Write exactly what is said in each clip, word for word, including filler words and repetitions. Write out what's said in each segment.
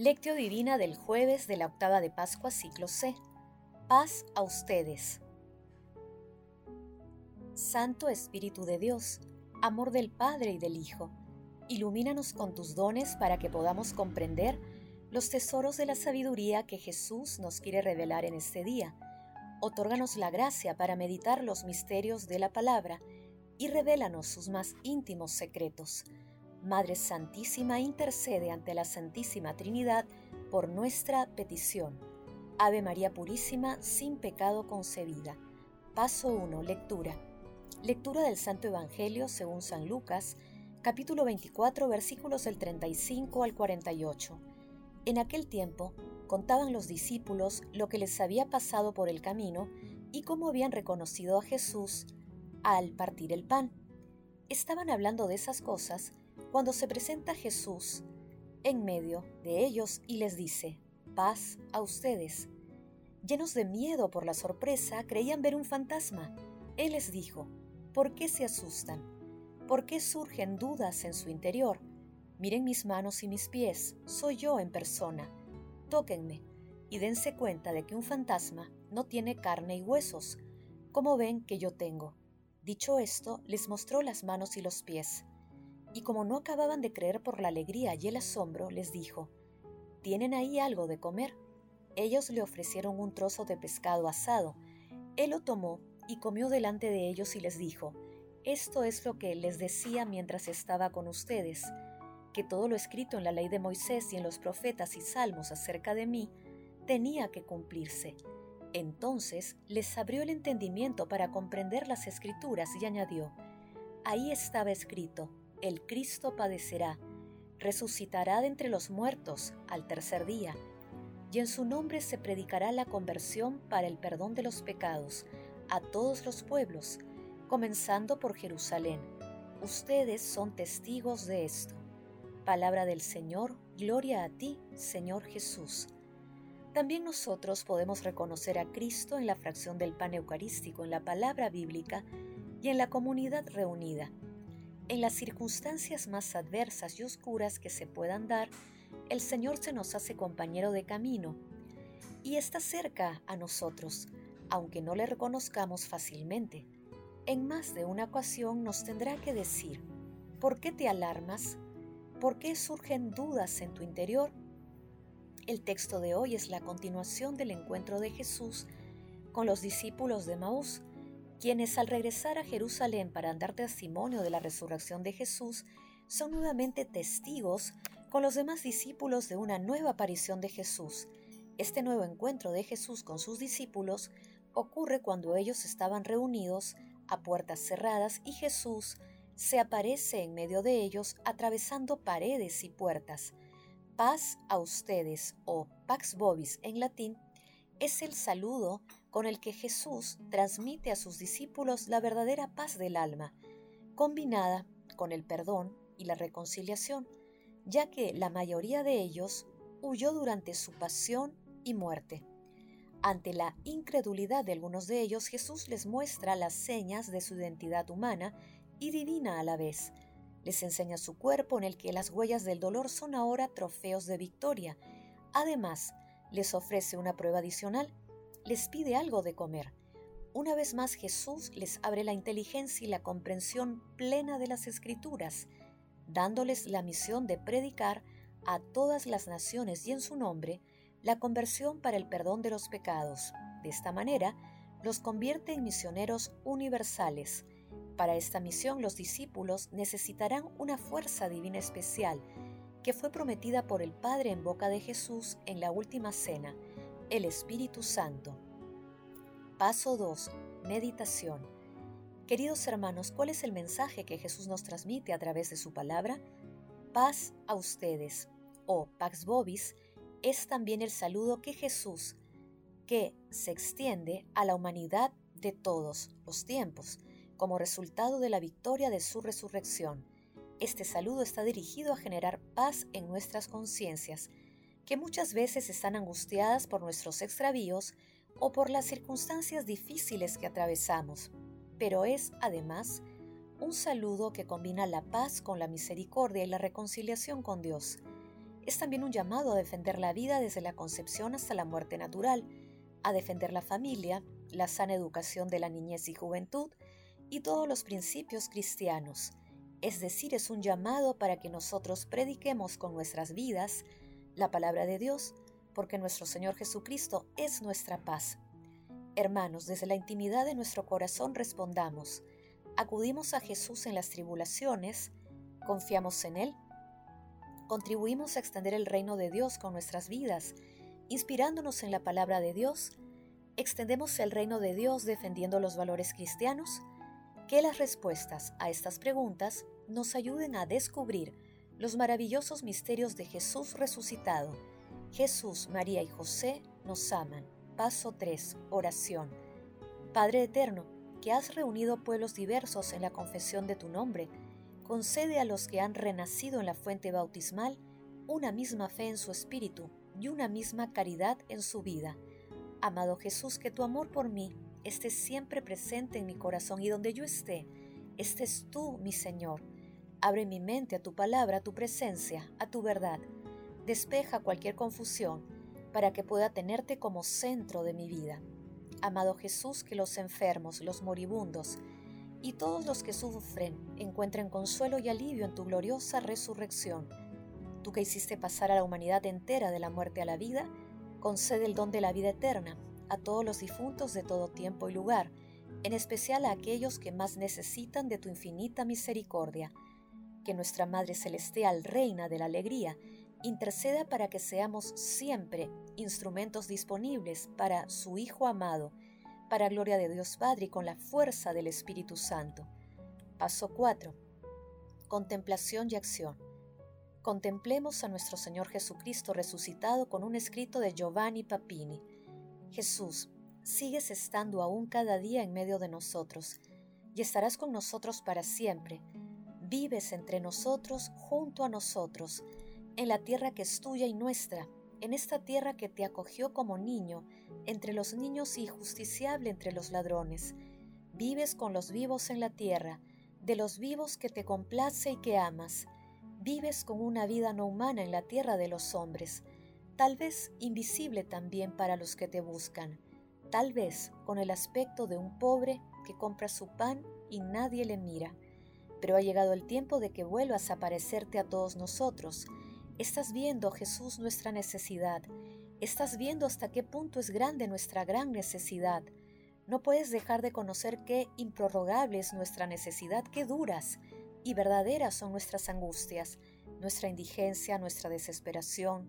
Lectio Divina del jueves de la octava de Pascua, ciclo C. Paz a ustedes. Santo Espíritu de Dios, amor del Padre y del Hijo, ilumínanos con tus dones para que podamos comprender los tesoros de la sabiduría que Jesús nos quiere revelar en este día. Otórganos la gracia para meditar los misterios de la palabra y revélanos sus más íntimos secretos. Madre Santísima, intercede ante la Santísima Trinidad por nuestra petición. Ave María Purísima, sin pecado concebida. Paso uno. Lectura. Lectura del Santo Evangelio según San Lucas, capítulo veinticuatro, versículos del treinta y cinco al cuarenta y ocho. En aquel tiempo, contaban los discípulos lo que les había pasado por el camino y cómo habían reconocido a Jesús al partir el pan. Estaban hablando de esas cosas cuando se presenta Jesús en medio de ellos y les dice: paz a ustedes. Llenos de miedo por la sorpresa, creían ver un fantasma. Él les dijo: ¿por qué se asustan? ¿Por qué surgen dudas en su interior? Miren mis manos y mis pies, soy yo en persona. Tóquenme y dense cuenta de que un fantasma no tiene carne y huesos, como ven que yo tengo. Dicho esto, les mostró las manos y los pies. Y como no acababan de creer por la alegría y el asombro, les dijo: ¿tienen ahí algo de comer? Ellos le ofrecieron un trozo de pescado asado. Él lo tomó y comió delante de ellos y les dijo: esto es lo que les decía mientras estaba con ustedes, que todo lo escrito en la ley de Moisés y en los profetas y salmos acerca de mí tenía que cumplirse. Entonces les abrió el entendimiento para comprender las Escrituras y añadió: ahí estaba escrito, el Cristo padecerá, resucitará de entre los muertos al tercer día, y en su nombre se predicará la conversión para el perdón de los pecados a todos los pueblos, comenzando por Jerusalén. Ustedes son testigos de esto. Palabra del Señor, gloria a ti, Señor Jesús. También nosotros podemos reconocer a Cristo en la fracción del pan eucarístico, en la palabra bíblica y en la comunidad reunida. En las circunstancias más adversas y oscuras que se puedan dar, el Señor se nos hace compañero de camino y está cerca a nosotros, aunque no le reconozcamos fácilmente. En más de una ocasión nos tendrá que decir: ¿por qué te alarmas? ¿Por qué surgen dudas en tu interior? El texto de hoy es la continuación del encuentro de Jesús con los discípulos de Emaús, quienes al regresar a Jerusalén para dar testimonio de la resurrección de Jesús, son nuevamente testigos con los demás discípulos de una nueva aparición de Jesús. Este nuevo encuentro de Jesús con sus discípulos ocurre cuando ellos estaban reunidos a puertas cerradas y Jesús se aparece en medio de ellos atravesando paredes y puertas. Paz a ustedes, o Pax Vobis en latín, es el saludo con el que Jesús transmite a sus discípulos la verdadera paz del alma, combinada con el perdón y la reconciliación, ya que la mayoría de ellos huyó durante su pasión y muerte. Ante la incredulidad de algunos de ellos, Jesús les muestra las señas de su identidad humana y divina a la vez. Les enseña su cuerpo en el que las huellas del dolor son ahora trofeos de victoria. Además, les ofrece una prueba adicional. Les pide algo de comer. Una vez más, Jesús les abre la inteligencia y la comprensión plena de las Escrituras, dándoles la misión de predicar a todas las naciones y en su nombre la conversión para el perdón de los pecados. De esta manera, los convierte en misioneros universales. Para esta misión, los discípulos necesitarán una fuerza divina especial que fue prometida por el Padre en boca de Jesús en la última cena, el Espíritu Santo. Paso dos. Meditación. Queridos hermanos, ¿cuál es el mensaje que Jesús nos transmite a través de su palabra? Paz a ustedes, o Pax Vobis, es también el saludo que Jesús, que se extiende a la humanidad de todos los tiempos, como resultado de la victoria de su resurrección. Este saludo está dirigido a generar paz en nuestras conciencias, que muchas veces están angustiadas por nuestros extravíos o por las circunstancias difíciles que atravesamos, pero es, además, un saludo que combina la paz con la misericordia y la reconciliación con Dios. Es también un llamado a defender la vida desde la concepción hasta la muerte natural, a defender la familia, la sana educación de la niñez y juventud y todos los principios cristianos. Es decir, es un llamado para que nosotros prediquemos con nuestras vidas la palabra de Dios, porque nuestro Señor Jesucristo es nuestra paz. Hermanos, desde la intimidad de nuestro corazón respondamos: acudimos a Jesús en las tribulaciones, confiamos en Él, contribuimos a extender el reino de Dios con nuestras vidas, inspirándonos en la palabra de Dios, extendemos el reino de Dios defendiendo los valores cristianos. Que las respuestas a estas preguntas nos ayuden a descubrir los maravillosos misterios de Jesús resucitado. Jesús, María y José nos aman. Paso tres. Oración. Padre eterno, que has reunido pueblos diversos en la confesión de tu nombre, concede a los que han renacido en la fuente bautismal una misma fe en su espíritu y una misma caridad en su vida. Amado Jesús, que tu amor por mí esté siempre presente en mi corazón y donde yo esté, estés tú, mi Señor. Abre mi mente a tu palabra, a tu presencia, a tu verdad. Despeja cualquier confusión para que pueda tenerte como centro de mi vida. Amado Jesús, que los enfermos, los moribundos y todos los que sufren encuentren consuelo y alivio en tu gloriosa resurrección. Tú que hiciste pasar a la humanidad entera de la muerte a la vida, concede el don de la vida eterna a todos los difuntos de todo tiempo y lugar, en especial a aquellos que más necesitan de tu infinita misericordia. Que nuestra Madre Celestial, Reina de la Alegría, interceda para que seamos siempre instrumentos disponibles para su Hijo amado, para gloria de Dios Padre y con la fuerza del Espíritu Santo. Paso cuatro. Contemplación y acción. Contemplemos a nuestro Señor Jesucristo resucitado con un escrito de Giovanni Papini. Jesús, sigues estando aún cada día en medio de nosotros y estarás con nosotros para siempre. Vives entre nosotros, junto a nosotros, en la tierra que es tuya y nuestra, en esta tierra que te acogió como niño, entre los niños y justiciable entre los ladrones. Vives con los vivos en la tierra, de los vivos que te complace y que amas. Vives con una vida no humana en la tierra de los hombres, tal vez invisible también para los que te buscan, tal vez con el aspecto de un pobre que compra su pan y nadie le mira. Pero ha llegado el tiempo de que vuelvas a parecerte a todos nosotros. Estás viendo, Jesús, nuestra necesidad. Estás viendo hasta qué punto es grande nuestra gran necesidad. No puedes dejar de conocer qué improrrogable es nuestra necesidad, qué duras y verdaderas son nuestras angustias, nuestra indigencia, nuestra desesperación.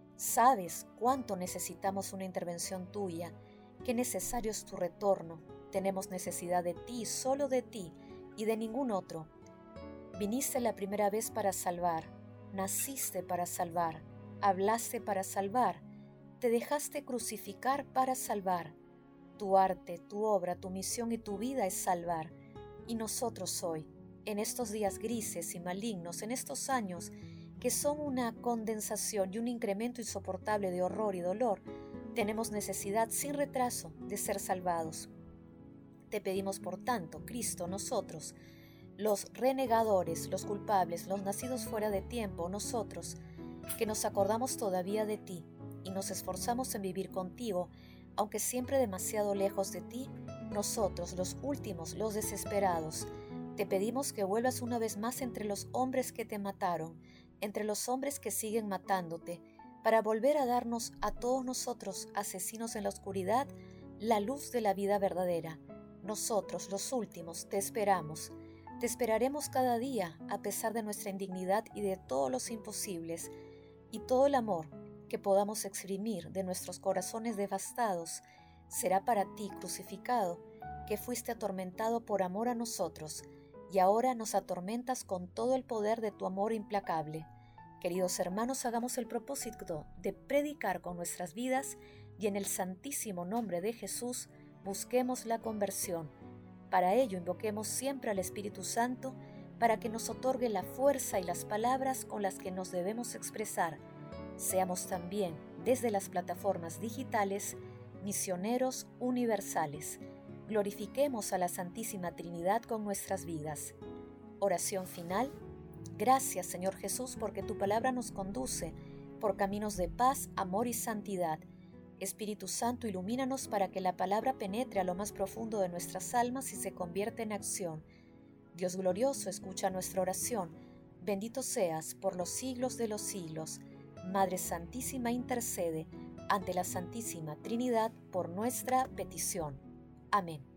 Sabes cuánto necesitamos una intervención tuya, qué necesario es tu retorno. Tenemos necesidad de ti, solo de ti y de ningún otro. Viniste la primera vez para salvar, naciste para salvar, hablaste para salvar, te dejaste crucificar para salvar. Tu arte, tu obra, tu misión y tu vida es salvar. Y nosotros hoy, en estos días grises y malignos, en estos años que son una condensación y un incremento insoportable de horror y dolor, tenemos necesidad sin retraso de ser salvados. Te pedimos por tanto, Cristo, nosotros, los renegadores, los culpables, los nacidos fuera de tiempo, nosotros, que nos acordamos todavía de ti y nos esforzamos en vivir contigo, aunque siempre demasiado lejos de ti, nosotros, los últimos, los desesperados, te pedimos que vuelvas una vez más entre los hombres que te mataron, entre los hombres que siguen matándote, para volver a darnos a todos nosotros, asesinos en la oscuridad, la luz de la vida verdadera. Nosotros, los últimos, te esperamos. Te esperaremos cada día, a pesar de nuestra indignidad y de todos los imposibles, y todo el amor que podamos exprimir de nuestros corazones devastados será para ti crucificado, que fuiste atormentado por amor a nosotros, y ahora nos atormentas con todo el poder de tu amor implacable. Queridos hermanos, hagamos el propósito de predicar con nuestras vidas y en el santísimo nombre de Jesús busquemos la conversión. Para ello invoquemos siempre al Espíritu Santo para que nos otorgue la fuerza y las palabras con las que nos debemos expresar. Seamos también, desde las plataformas digitales, misioneros universales. Glorifiquemos a la Santísima Trinidad con nuestras vidas. Oración final. Gracias, Señor Jesús, porque tu palabra nos conduce por caminos de paz, amor y santidad. Espíritu Santo, ilumínanos para que la palabra penetre a lo más profundo de nuestras almas y se convierta en acción. Dios glorioso, escucha nuestra oración. Bendito seas por los siglos de los siglos. Madre Santísima, intercede ante la Santísima Trinidad por nuestra petición. Amén.